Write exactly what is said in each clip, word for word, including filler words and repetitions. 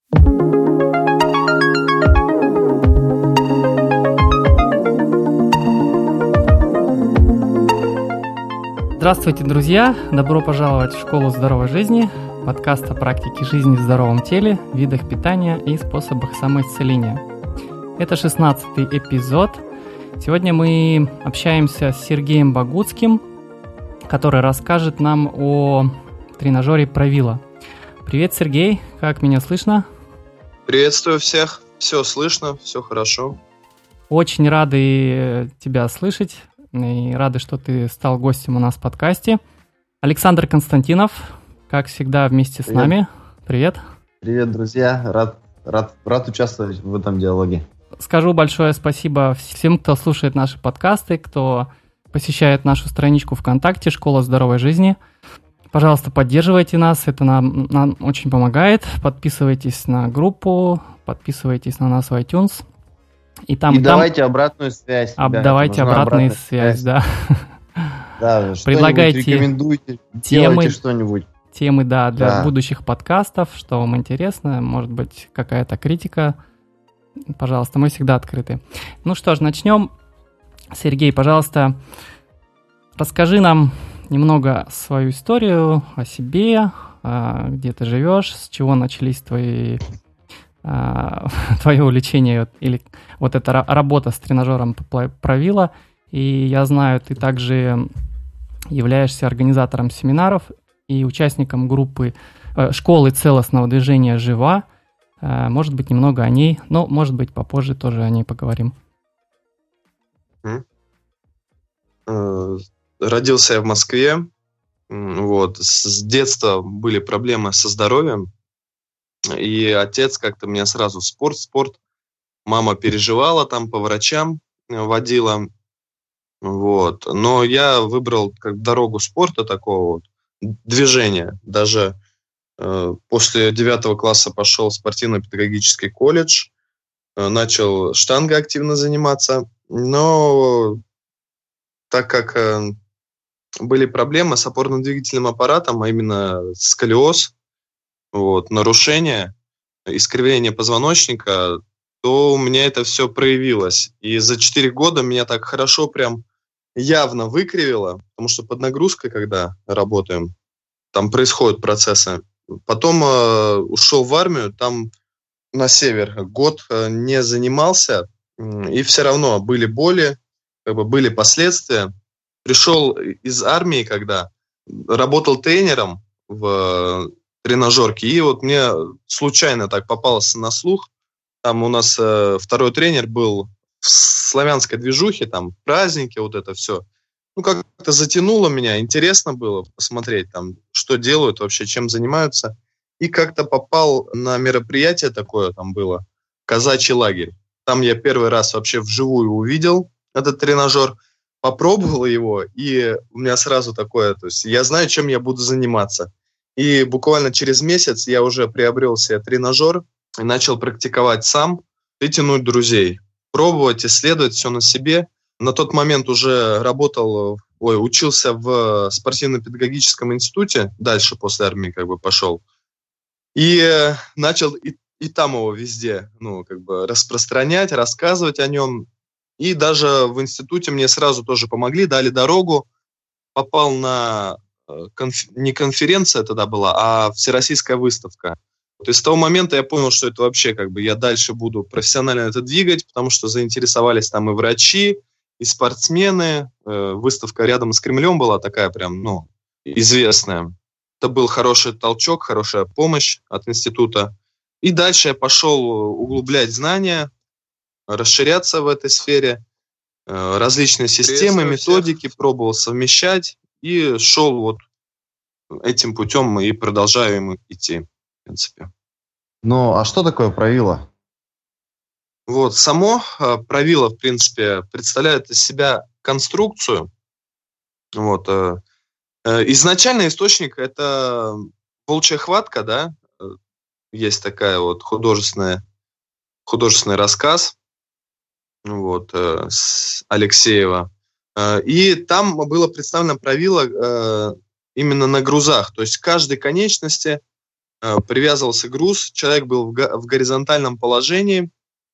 Здравствуйте, друзья! Добро пожаловать в Школу здоровой жизни, подкаст о практике жизни в здоровом теле, видах питания и способах самоисцеления. Это шестнадцатый эпизод. Сегодня мы общаемся с Сергеем Богуцким, который расскажет нам о тренажере Правила. Привет, Сергей, как меня слышно? Приветствую всех, все слышно, все хорошо. Очень рады тебя слышать и рады, что ты стал гостем у нас в подкасте. Александр Константинов, как всегда, вместе с Привет. нами. Привет. Привет, друзья, рад, рад, рад участвовать в этом диалоге. Скажу большое спасибо всем, кто слушает наши подкасты, кто посещает нашу страничку ВКонтакте «Школа здоровой жизни». Пожалуйста, поддерживайте нас, это нам, нам очень помогает. Подписывайтесь на группу, подписывайтесь на нас в iTunes. И, там, и там... давайте обратную связь. Об, ребята, давайте обратную связь, связь, да. Да, предлагайте рекомендуйте, темы, делайте что-нибудь. Темы, да, для да. будущих подкастов, что вам интересно, может быть, какая-то критика. Пожалуйста, мы всегда открыты. Ну что ж, начнем. Сергей, пожалуйста, расскажи нам немного свою историю о себе, где ты живешь, с чего начались твои, твое увлечение или вот эта работа с тренажером Правила. И я знаю, ты также являешься организатором семинаров и участником группы школы целостного движения «Жива». Может быть, немного о ней, но, может быть, попозже тоже о ней поговорим. Родился я в Москве. Вот. С детства были проблемы со здоровьем. И отец как-то меня сразу в спорт, спорт. Мама переживала там, по врачам водила. Вот. Но я выбрал как дорогу спорта такого вот, движения. Даже э, после девятого класса пошел в спортивно-педагогический колледж. Э, начал штангой активно заниматься. Но так как э, были проблемы с опорно-двигательным аппаратом, а именно сколиоз, вот, нарушение, искривление позвоночника, то у меня это все проявилось. И за четыре года меня так хорошо прям явно выкривило, потому что под нагрузкой, когда работаем, там происходят процессы. Потом э, ушел в армию, там на север год э, не занимался, э, и все равно были боли, как бы были последствия. Пришел из армии, когда работал тренером в тренажерке, и вот мне случайно так попалось на слух. Там у нас э, второй тренер был в славянской движухе, там праздники, вот это все. Ну, как-то затянуло меня, интересно было посмотреть, там, что делают вообще, чем занимаются. И как-то попал на мероприятие такое, там было, казачий лагерь. Там я первый раз вообще вживую увидел этот тренажер, попробовал его, и у меня сразу такое, то есть я знаю, чем я буду заниматься. И буквально через месяц я уже приобрел себе тренажер и начал практиковать сам и тянуть друзей. Пробовать, исследовать все на себе. На тот момент уже работал, ой, учился в спортивно-педагогическом институте, дальше после армии как бы пошел. И начал и, и там его везде, ну, как бы распространять, рассказывать о нем. И даже в институте мне сразу тоже помогли, дали дорогу. Попал на, конф... не конференция тогда была, а всероссийская выставка. То есть с того момента я понял, что это вообще как бы я дальше буду профессионально это двигать, потому что заинтересовались там и врачи, и спортсмены. Выставка рядом с Кремлем была такая прям, ну, известная. Это был хороший толчок, хорошая помощь от института. И дальше я пошел углублять знания, расширяться в этой сфере, различные системы, методики пробовал совмещать и шел вот этим путем и продолжаю им идти. В принципе. Ну, а что такое Правила? Вот, само э, Правила, в принципе, представляет из себя конструкцию. Вот, э, э, изначально источник – это волчья хватка, да, есть такая вот художественная, художественный рассказ, вот, э, с Алексеева. Э, и там было представлено Правило э, именно на грузах, то есть в каждой конечности э, привязывался груз, человек был в, го- в горизонтальном положении,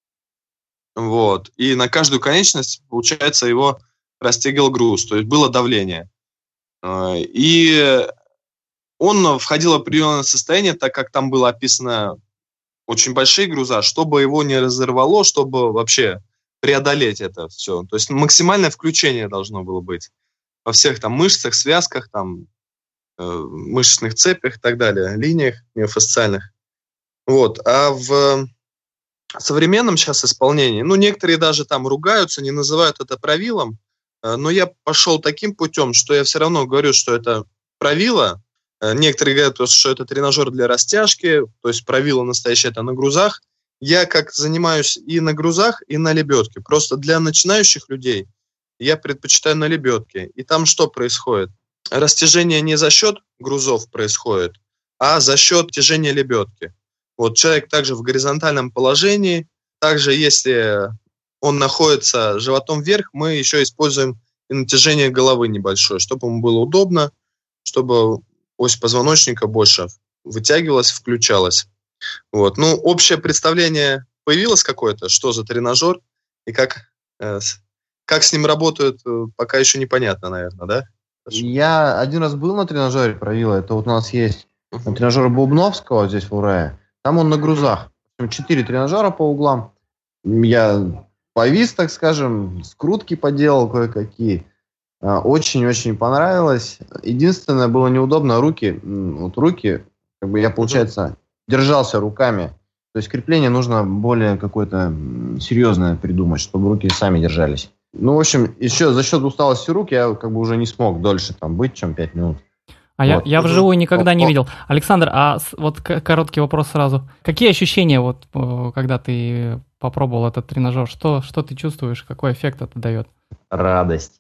вот, и на каждую конечность, получается, его растягивал груз, то есть было давление. Э, и он входил в определенное состояние, так как там было описано очень большие груза, чтобы его не разорвало, чтобы вообще преодолеть это все. То есть максимальное включение должно было быть во всех там мышцах, связках, там, э, мышечных цепях и так далее, линиях миофасциальных. Вот. А в современном сейчас исполнении, ну, некоторые даже там ругаются, не называют это правилом, э, но я пошел таким путем, что я все равно говорю, что это правило. Э, Некоторые говорят, что это тренажер для растяжки, то есть правило настоящее это на грузах. Я как занимаюсь и на грузах, и на лебедке. Просто для начинающих людей я предпочитаю на лебедке. И там что происходит? Растяжение не за счет грузов происходит, а за счет тяжения лебедки. Вот человек также в горизонтальном положении, также если он находится животом вверх, мы еще используем и натяжение головы небольшое, чтобы ему было удобно, чтобы ось позвоночника больше вытягивалась, включалась. Вот. Ну, общее представление появилось какое-то, что за тренажер и как, э, с- как с ним работают, э, пока еще непонятно, наверное, да? Хорошо. Я один раз был на тренажере правила. Это вот у нас есть Мгм. тренажер Бубновского здесь в Урае. Там он на грузах. Там четыре тренажера по углам. Я повис, так скажем, скрутки поделал кое-какие. А, Очень-очень понравилось. Единственное, было неудобно руки. М, Вот руки, как бы я, получается, держался руками. То есть крепление нужно более какое-то м, серьезное придумать, чтобы руки сами держались. Ну, в общем, еще за счет усталости рук я как бы уже не смог дольше там быть, чем пять минут. А я, Вот. я вживую никогда не О, о. видел. Александр, а с- вот к- короткий вопрос сразу. Какие ощущения, вот, э, когда ты попробовал этот тренажер? Что, что ты чувствуешь? Какой эффект это дает? Радость.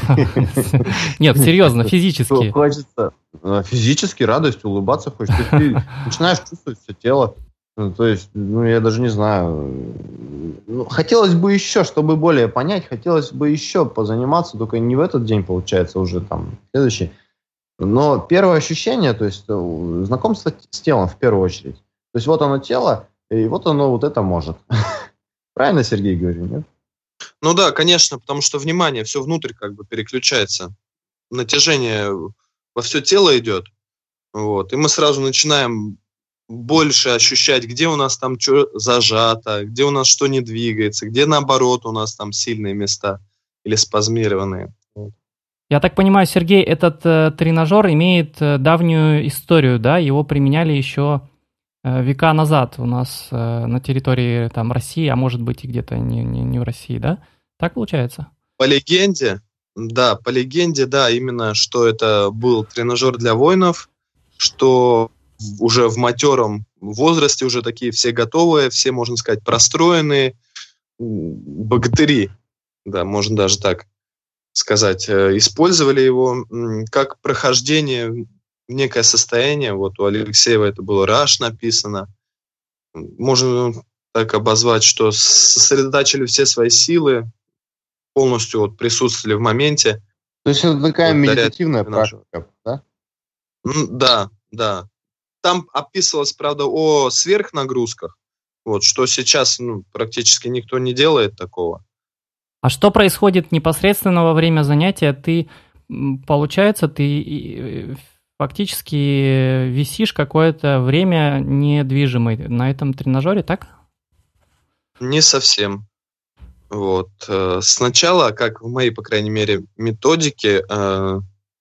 Нет, серьезно, физически. Хочется э, физически радость, улыбаться хочется. То есть Ты начинаешь чувствовать все тело. Ну, то есть, ну, я даже не знаю. Ну, хотелось бы еще, чтобы более понять, хотелось бы еще позаниматься, только не в этот день, получается, уже там следующий. Но первое ощущение, то есть э, знакомство с телом в первую очередь. То есть вот оно тело, и вот оно вот это может. Правильно Сергей говорю, нет? Ну да, конечно, потому что внимание все внутрь как бы переключается. Натяжение во все тело идет. Вот. И мы сразу начинаем больше ощущать, где у нас там что зажато, где у нас что не двигается, где наоборот у нас там сильные места или спазмированные. Вот. Я так понимаю, Сергей, этот э, тренажер имеет э, давнюю историю, да? Его применяли еще э, века назад у нас э, на территории там России, а может быть и где-то не, не, не в России, да? Так получается? По легенде, да, по легенде, да, именно, что это был тренажер для воинов, что в- уже в матером возрасте уже такие все готовые, все, можно сказать, простроенные м, богатыри, да, можно даже так сказать, э, использовали его м, как прохождение в некое состояние. Вот у Алексеева это было раш написано. М, Можно так обозвать, что сосредотачивали все свои силы, полностью вот присутствовали в моменте. То есть это такая Благодаря медитативная тренажеру. практика, да? М, Да, да. Там описывалось, правда, о сверхнагрузках, вот, что сейчас ну, практически никто не делает такого. А что происходит непосредственно во время занятия? Ты, м, получается, ты э, фактически висишь какое-то время недвижимый на этом тренажере, так? Не совсем. Вот. э, Сначала, как в моей, по крайней мере, методике, э,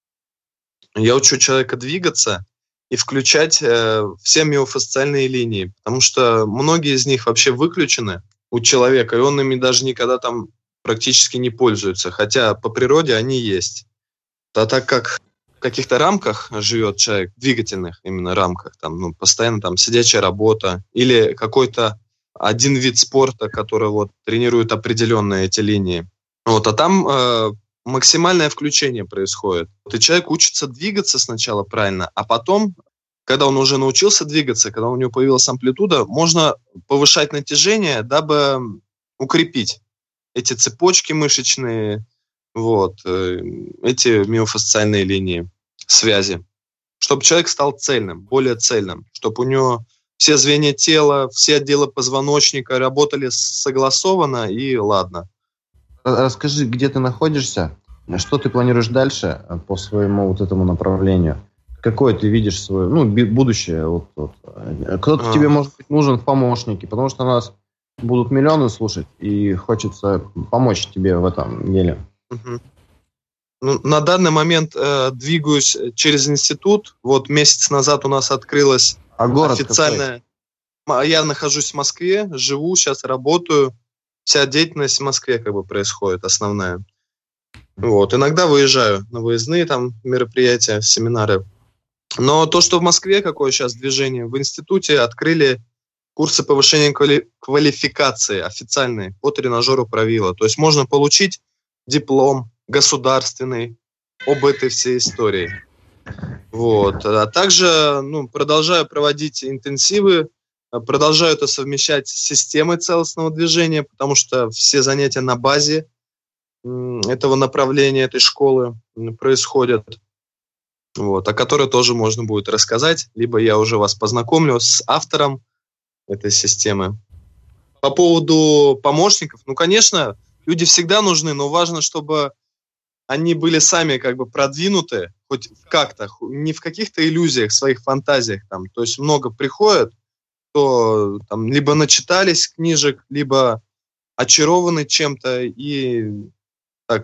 я учу человека двигаться и включать э, все миофасциальные линии, потому что многие из них вообще выключены у человека, и он ими даже никогда там практически не пользуется, хотя по природе они есть. А так как в каких-то рамках живет человек, двигательных именно рамках, там, ну, постоянно там сидячая работа или какой-то один вид спорта, который вот тренирует определенные эти линии. Вот, а там э, максимальное включение происходит. Вот, и человек учится двигаться сначала правильно, а потом, когда он уже научился двигаться, когда у него появилась амплитуда, можно повышать натяжение, дабы укрепить эти цепочки мышечные, вот, э, эти миофасциальные линии связи. чтобы человек стал цельным, более цельным, чтобы у него все звенья тела, все отделы позвоночника работали согласованно и ладно. Расскажи, где ты находишься, что ты планируешь дальше по своему вот этому направлению? Какое ты видишь свое, ну, будущее? Вот, вот. Кто-то а. тебе, может быть, нужен в помощнике, потому что нас будут миллионы слушать, и хочется помочь тебе в этом деле. Угу. Ну, на данный момент э, двигаюсь через институт. Вот месяц назад у нас открылась а город официальная... Какой? Я нахожусь в Москве, живу, сейчас работаю. Вся деятельность в Москве как бы происходит, основная. Вот. Иногда выезжаю на выездные там мероприятия, семинары. Но то, что в Москве, какое сейчас движение, в институте открыли курсы повышения квали- квалификации официальные по тренажеру правила. То есть можно получить диплом государственный об этой всей истории. Вот. А также ну, продолжаю проводить интенсивы, продолжаю это совмещать с системой целостного движения, потому что все занятия на базе этого направления, этой школы происходят, вот, о которой тоже можно будет рассказать, либо я уже вас познакомлю с автором этой системы. По поводу помощников, ну, конечно, люди всегда нужны, но важно, чтобы они были сами как бы продвинуты, хоть как-то, не в каких-то иллюзиях, своих фантазиях. Там. То есть много приходят, то там, либо начитались книжек, либо очарованы чем-то и так,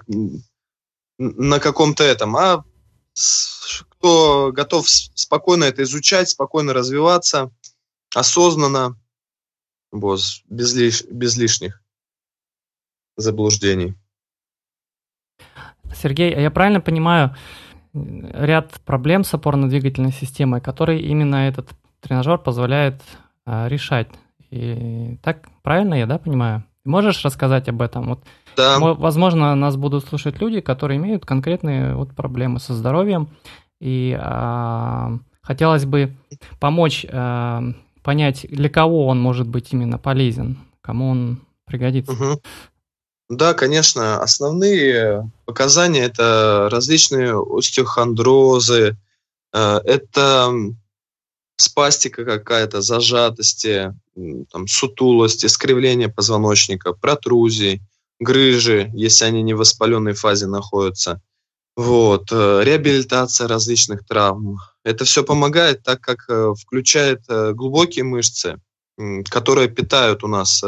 на каком-то этом. А кто готов спокойно это изучать, спокойно развиваться, осознанно, вот, без, лиш, без лишних заблуждений. Сергей, а я правильно понимаю, ряд проблем с опорно-двигательной системой, которые именно этот тренажер позволяет а, решать. И так правильно я, да, понимаю? Можешь рассказать об этом? Вот, да. Возможно, нас будут слушать люди, которые имеют конкретные вот проблемы со здоровьем, и а, хотелось бы помочь а, понять, для кого он может быть именно полезен, кому он пригодится. Угу. Да, конечно, основные показания – это различные остеохондрозы, это спастика какая-то, зажатости, там, сутулость, искривление позвоночника, протрузии, грыжи, если они не в воспаленной фазе находятся. Вот. Реабилитация различных травм. Это все помогает, так как включает глубокие мышцы, которые питают у нас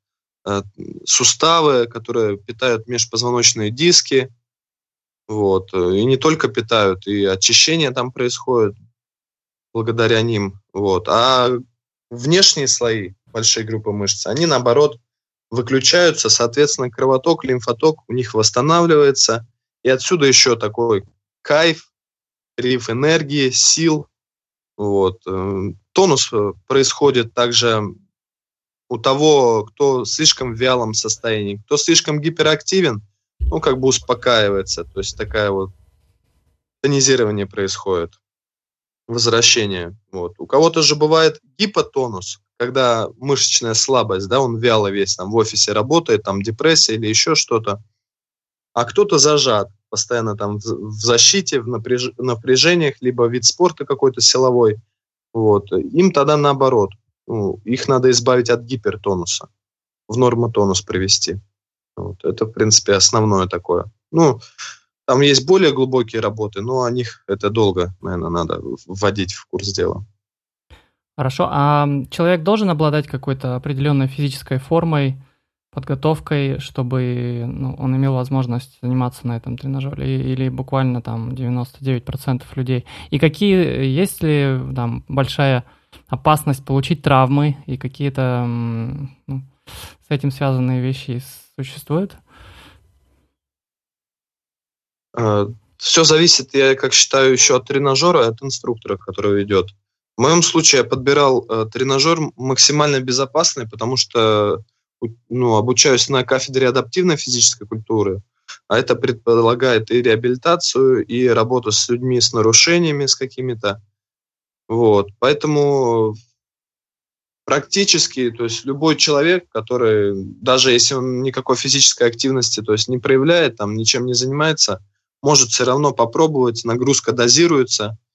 суставы, которые питают межпозвоночные диски, вот, и не только питают, и очищение там происходит благодаря ним, вот, а внешние слои большой группы мышц, они наоборот выключаются, соответственно, кровоток, лимфоток у них восстанавливается, и отсюда еще такой кайф, прилив энергии, сил, вот. Тонус происходит также у того, кто в слишком вялом состоянии, кто слишком гиперактивен, ну, как бы успокаивается. То есть такая вот тонизирование происходит, возвращение. Вот. У кого-то же бывает гипотонус, когда мышечная слабость, да, он вяло весь там в офисе работает, там депрессия или еще что-то. А кто-то зажат, постоянно там в защите, в напряж... напряжениях, либо вид спорта какой-то силовой. Вот. Им тогда наоборот. Ну, их надо избавить от гипертонуса, в нормотонус привести. Вот. Это, в принципе, основное такое. Ну, там есть более глубокие работы, но о них это долго, наверное, надо вводить в курс дела. Хорошо. А человек должен обладать какой-то определенной физической формой, подготовкой, чтобы ну, он имел возможность заниматься на этом тренажере, или, или буквально там девяносто девять процентов людей? И какие, есть ли там большая опасность получить травмы и какие-то ну, с этим связанные вещи существуют? Все зависит, я как считаю, еще от тренажера и от инструктора, который ведет. В моем случае я подбирал тренажер максимально безопасный, потому что ну, обучаюсь на кафедре адаптивной физической культуры, а это предполагает и реабилитацию, и работу с людьми с нарушениями, с какими-то. Вот, поэтому практически, то есть любой человек, который, даже если он никакой физической активности, то есть не проявляет, там, ничем не занимается, может все равно попробовать, нагрузка дозируется,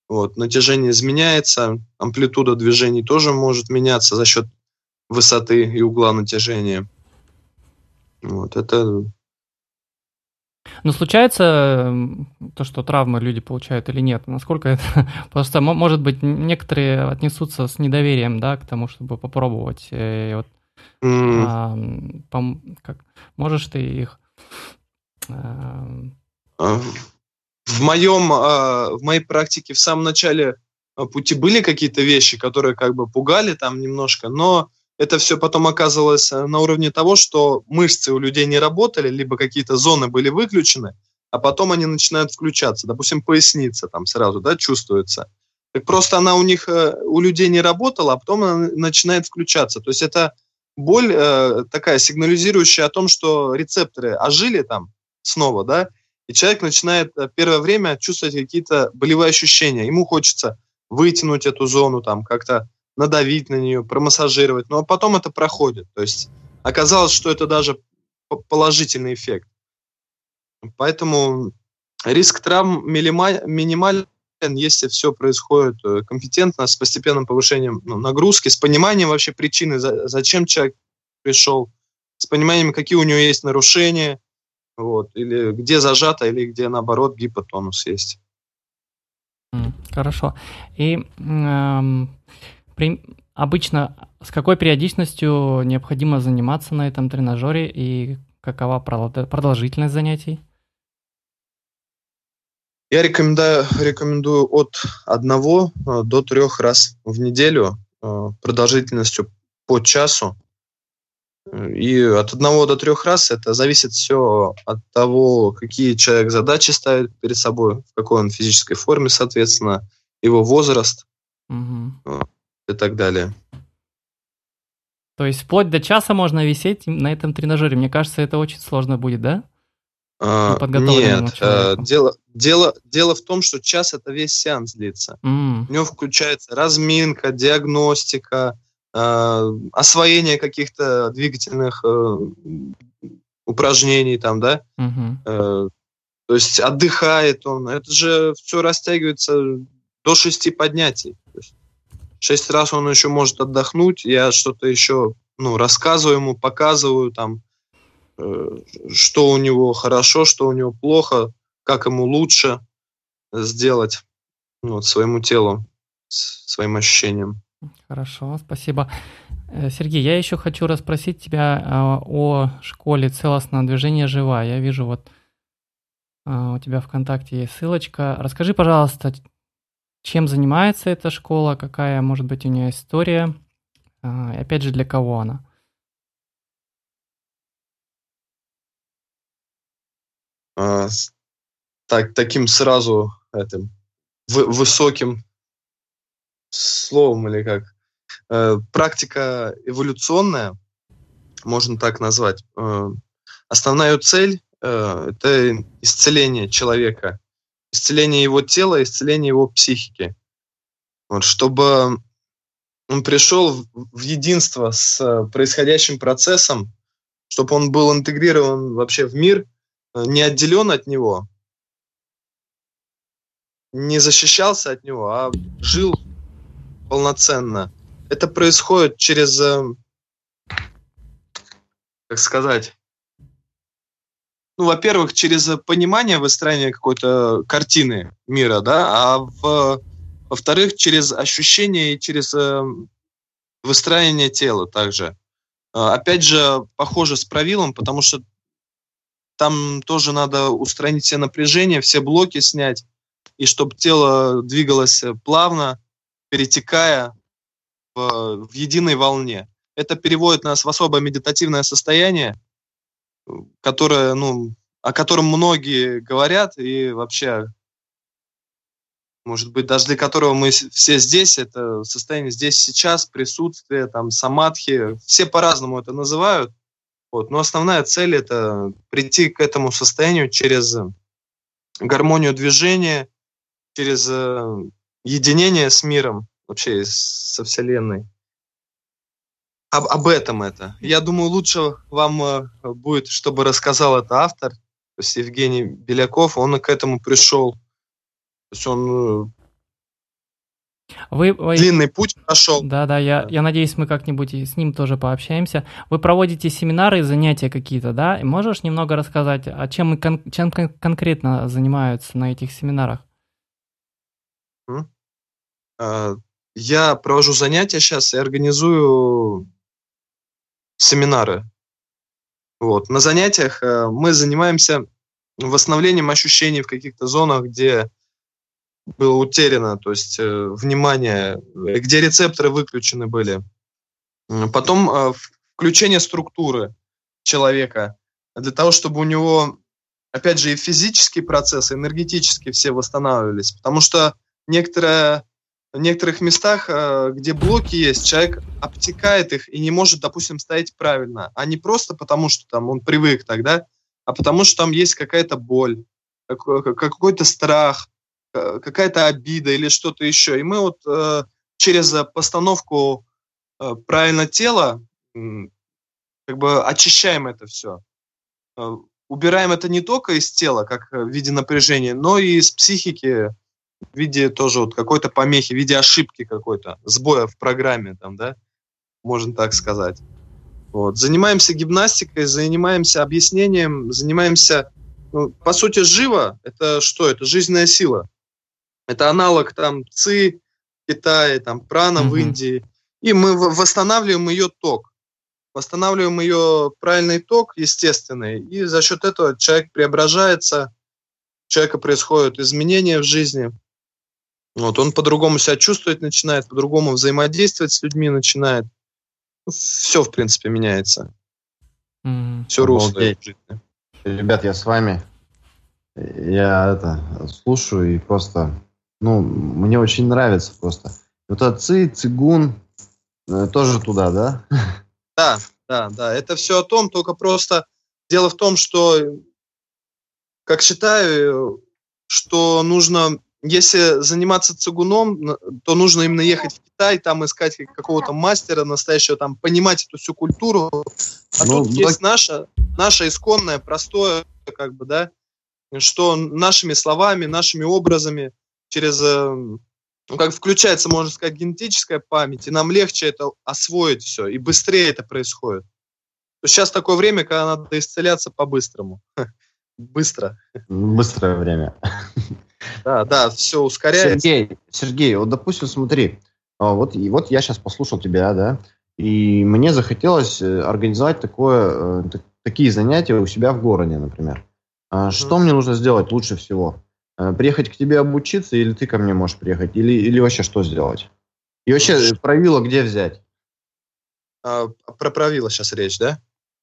Вот, натяжение изменяется, амплитуда движений тоже может меняться за счет высоты и угла натяжения. Вот это... Но случается м, то, что травмы люди получают или нет? Насколько это... Просто, мо- может быть, н- некоторые отнесутся с недоверием, да, к тому, чтобы попробовать. э, вот, м, а, м, пом- как, можешь ты их... ам, а, В моем, а, в моей практике в самом начале а, пути были какие-то вещи, которые как бы пугали там немножко, но это все потом оказывалось а, на уровне того, что мышцы у людей не работали, либо какие-то зоны были выключены, а потом они начинают включаться. Допустим, поясница там сразу, да, чувствуется. Так просто она у них, э, у людей не работала, а потом она начинает включаться. То есть это боль э, такая сигнализирующая о том, что рецепторы ожили там снова, да, и человек начинает э, первое время чувствовать какие-то болевые ощущения. Ему хочется вытянуть эту зону, там, как-то надавить на нее, промассажировать. Но потом это проходит. То есть оказалось, что это даже п- положительный эффект. Поэтому риск травм минима- минимален, если все происходит э, компетентно, с постепенным повышением ну, нагрузки, с пониманием вообще причины, за- зачем человек пришел, с пониманием, какие у него есть нарушения, вот, или где зажато, или где, наоборот, гипотонус есть. м, Хорошо. И ам, при- обычно с какой периодичностью необходимо заниматься на этом тренажере и какова проло- продолжительность занятий? Я рекомендую, рекомендую от одного э, до трех раз в неделю э, продолжительностью по часу. И от одного до трех раз это зависит все от того, какие человек задачи ставит перед собой, в какой он физической форме, соответственно, его возраст Мгм. э, и так далее. То есть вплоть до часа можно висеть на этом тренажере. Мне кажется, это очень сложно будет, да? А, Неподготовленному Нет, э, человеку. дело, дело, дело в том, что час это весь сеанс длится. М, В него включается разминка, диагностика, э, освоение каких-то двигательных э, упражнений там, да. мгм. Э, то есть отдыхает он. Это же все растягивается до шести поднятий. То есть шесть раз он еще может отдохнуть. Я что-то еще ну, рассказываю ему, показываю там, э, что у него хорошо, что у него плохо, как ему лучше сделать ну, вот, своему телу, с- своим ощущениям. Хорошо, спасибо. Э, Сергей, я еще хочу расспросить тебя а, о школе «Целостное движение жива». Я вижу, вот а, у тебя ВКонтакте есть ссылочка. Расскажи, пожалуйста, чем занимается эта школа, какая, может быть, у нее история, а, и опять же, для кого она? А, с- так, таким сразу этим вы- высоким словом или как. Э, практика эволюционная, можно так назвать. Э, основная её цель э, это исцеление человека, исцеление его тела, исцеление его психики. Вот, чтобы он пришел в, в единство с э, происходящим процессом, чтобы он был интегрирован вообще в мир, э, не отделен от него, не защищался от него, а жил полноценно. Это происходит через, э, как сказать, ну, во-первых, через э, понимание выстраивания какой-то картины мира, да, а в, во-вторых, через ощущение и через э, выстраивание тела также. А, Опять же, похоже с правилом, потому что там тоже надо устранить все напряжения, все блоки снять, и чтобы тело двигалось э, плавно, перетекая в, в единой волне. Это переводит нас в особое медитативное состояние, которое, ну, о котором многие говорят, и вообще, может быть, даже для которого мы с- все здесь, это состояние здесь сейчас, присутствие, там, самадхи, все по-разному это называют. Вот. Но основная цель – это прийти к этому состоянию через гармонию движения, через э, единение с миром, вообще с- со Вселенной. Об, об этом это. Я думаю, лучше вам э, будет, чтобы рассказал это автор, то есть Евгений Беляков, он и к этому пришел. То есть он э, Вы, вы... длинный путь прошел. Да, да, я, я надеюсь, мы как-нибудь и с ним тоже пообщаемся. Вы проводите семинары, занятия какие-то, да? И можешь немного рассказать, а чем, кон- чем кон- конкретно занимаются на этих семинарах? Я провожу занятия сейчас и организую семинары. Вот. На занятиях мы занимаемся восстановлением ощущений в каких-то зонах, где было утеряно, то есть э, внимание, где рецепторы выключены были. Потом э, включение структуры человека для того, чтобы у него, опять же, и физические процессы, энергетические все восстанавливались. Потому что некоторые, в некоторых местах, э, где блоки есть, человек обтекает их и не может, допустим, стоять правильно. А не просто потому, что там он привык тогда, а потому что там есть какая-то боль, какой-то страх, какая-то обида или что-то еще. И мы вот э, через постановку э, правильно тела э, как бы очищаем это все. Э, убираем это не только из тела, как в виде напряжения, но и из психики в виде тоже вот какой-то помехи, в виде ошибки какой-то, сбоя в программе, там, да, можно так сказать. Вот. Занимаемся гимнастикой, занимаемся объяснением, занимаемся, ну, по сути, живо. Это что? Это жизненная сила. Это аналог там ЦИ в Китае, там прана mm-hmm. в Индии. И мы восстанавливаем ее ток. Восстанавливаем ее правильный ток, естественный. И за счет этого человек преображается, у человека происходят изменения в жизни. Вот, он по-другому себя чувствовать начинает, по-другому взаимодействовать с людьми начинает. Все, в принципе, меняется. Mm-hmm. Все русло жизни. Ребят, я с вами. Я это слушаю и просто... Ну, мне очень нравится просто. Вот это ци, цигун, тоже туда, да? Да, да, да. Это все о том, только просто дело в том, что, как считаю, что нужно, если заниматься цигуном, то нужно именно ехать в Китай, там искать какого-то мастера настоящего, там понимать эту всю культуру. А ну, тут ну, есть так... наше, наше исконное, простое, как бы, да, что нашими словами, нашими образами, через, ну, как включается, можно сказать, генетическая память, и нам легче это освоить все, и быстрее это происходит. Сейчас такое время, когда надо исцеляться по-быстрому. Быстро. Быстрое время. Да, да, все ускоряется. Сергей, Сергей, вот, допустим, смотри, вот, и вот я сейчас послушал тебя, да, и мне захотелось организовать такое, такие занятия у себя в городе, например. Что mm. мне нужно сделать лучше всего? Приехать к тебе обучиться, или ты ко мне можешь приехать? Или, или вообще что сделать? И вообще mm. правила где взять? А, про правила сейчас речь, да?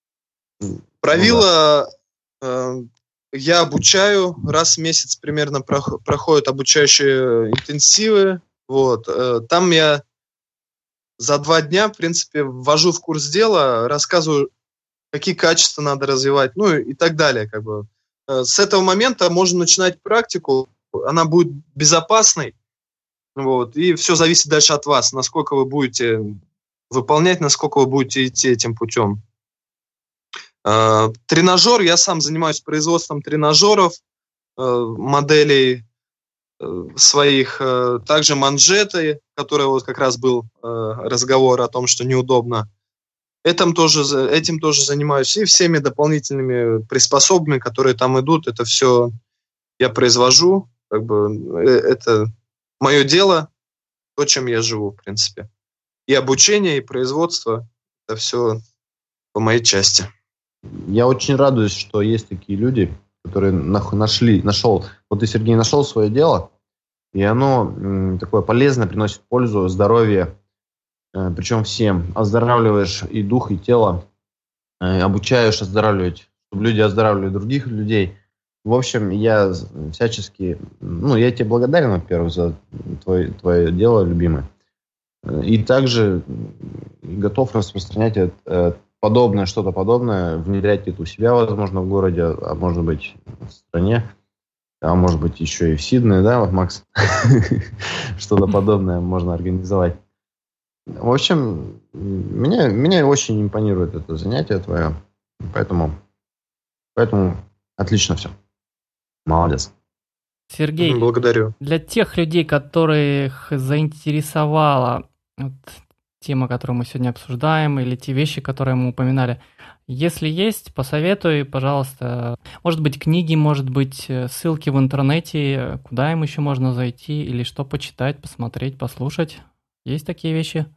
Правила ну, да. э, я обучаю. Раз в месяц примерно прох- проходят обучающие интенсивы. Вот. Э, там я за два дня, в принципе, ввожу в курс дела, рассказываю, какие качества надо развивать, ну и так далее, как бы. С этого момента можно начинать практику, она будет безопасной, вот, и все зависит дальше от вас, насколько вы будете выполнять, насколько вы будете идти этим путем. Тренажер, я сам занимаюсь производством тренажеров, моделей своих, также манжеты, которые вот как раз был разговор о том, что неудобно. Этим тоже, этим тоже занимаюсь. И всеми дополнительными приспособами, которые там идут, это все я произвожу. Как бы это мое дело, то, чем я живу, в принципе. И обучение, и производство, это все по моей части. Я очень радуюсь, что есть такие люди, которые нашли, нашел, вот ты, Сергей, нашел свое дело, и оно м, такое полезное, приносит пользу, здоровье, причем всем. Оздоравливаешь и дух, и тело, обучаешь оздоравливать, чтобы люди оздоравливали других людей. В общем, я всячески, ну, я тебе благодарен, во-первых, за твое, твое дело, любимое. И также готов распространять это, подобное, что-то подобное, внедрять это у себя, возможно, в городе, а может быть, в стране, а может быть, еще и в Сиднее, да, Макс? Что-то подобное можно организовать. В общем, меня, меня очень импонирует это занятие твое, поэтому, поэтому отлично все. Молодец. Сергей, благодарю. Для тех людей, которых заинтересовала вот тема, которую мы сегодня обсуждаем, или те вещи, которые мы упоминали, если есть, посоветуй, пожалуйста. Может быть, книги, может быть, ссылки в интернете, куда им еще можно зайти, или что почитать, посмотреть, послушать. Есть такие вещи?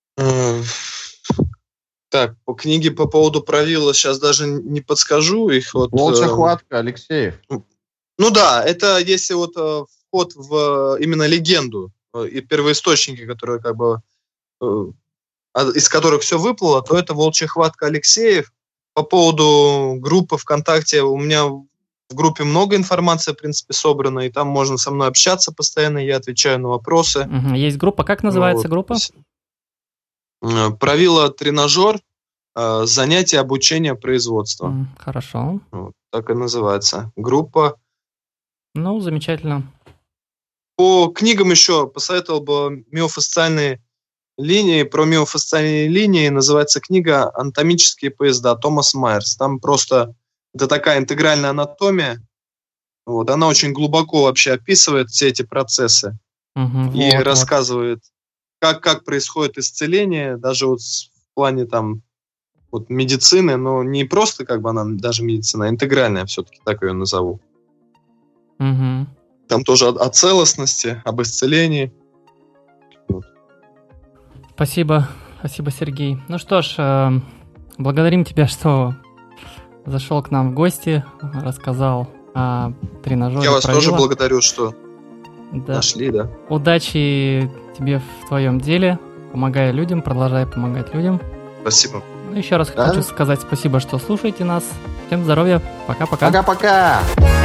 Так, по книге по поводу правила сейчас даже не подскажу. Их вот, «Волчья хватка», Алексеев. Ну да, это если вот вход в именно легенду и первоисточники, которые как бы из которых все выплыло, то это «Волчья хватка», Алексеев. По поводу группы ВКонтакте, у меня в группе много информации, в принципе, собрано, и там можно со мной общаться постоянно, я отвечаю на вопросы. Угу. Есть группа, как называется вот. группа? Правило тренажер, занятие обучения производства. Хорошо. Вот, так и называется. Группа. Ну, замечательно. По книгам еще посоветовал бы миофасциальные линии. Про миофасциальные линии называется книга «Анатомические поезда» Томас Майерс. Там просто это такая интегральная анатомия. Вот, она очень глубоко вообще описывает все эти процессы угу, и вот, рассказывает, вот. как, как происходит исцеление, даже вот в плане там вот медицины, но не просто как бы она даже медицина, а интегральная все-таки, так ее назову. Угу. Там тоже о, о целостности, об исцелении. Вот. Спасибо, спасибо, Сергей. Ну что ж, э, благодарим тебя, что зашел к нам в гости, рассказал о тренажере. Я вас правила. тоже благодарю, что да. нашли, да. Удачи тебе в твоем деле, помогай людям, продолжай помогать людям. Спасибо. Ну, еще раз да? хочу сказать спасибо, что слушаете нас. Всем здоровья, пока-пока. Пока-пока.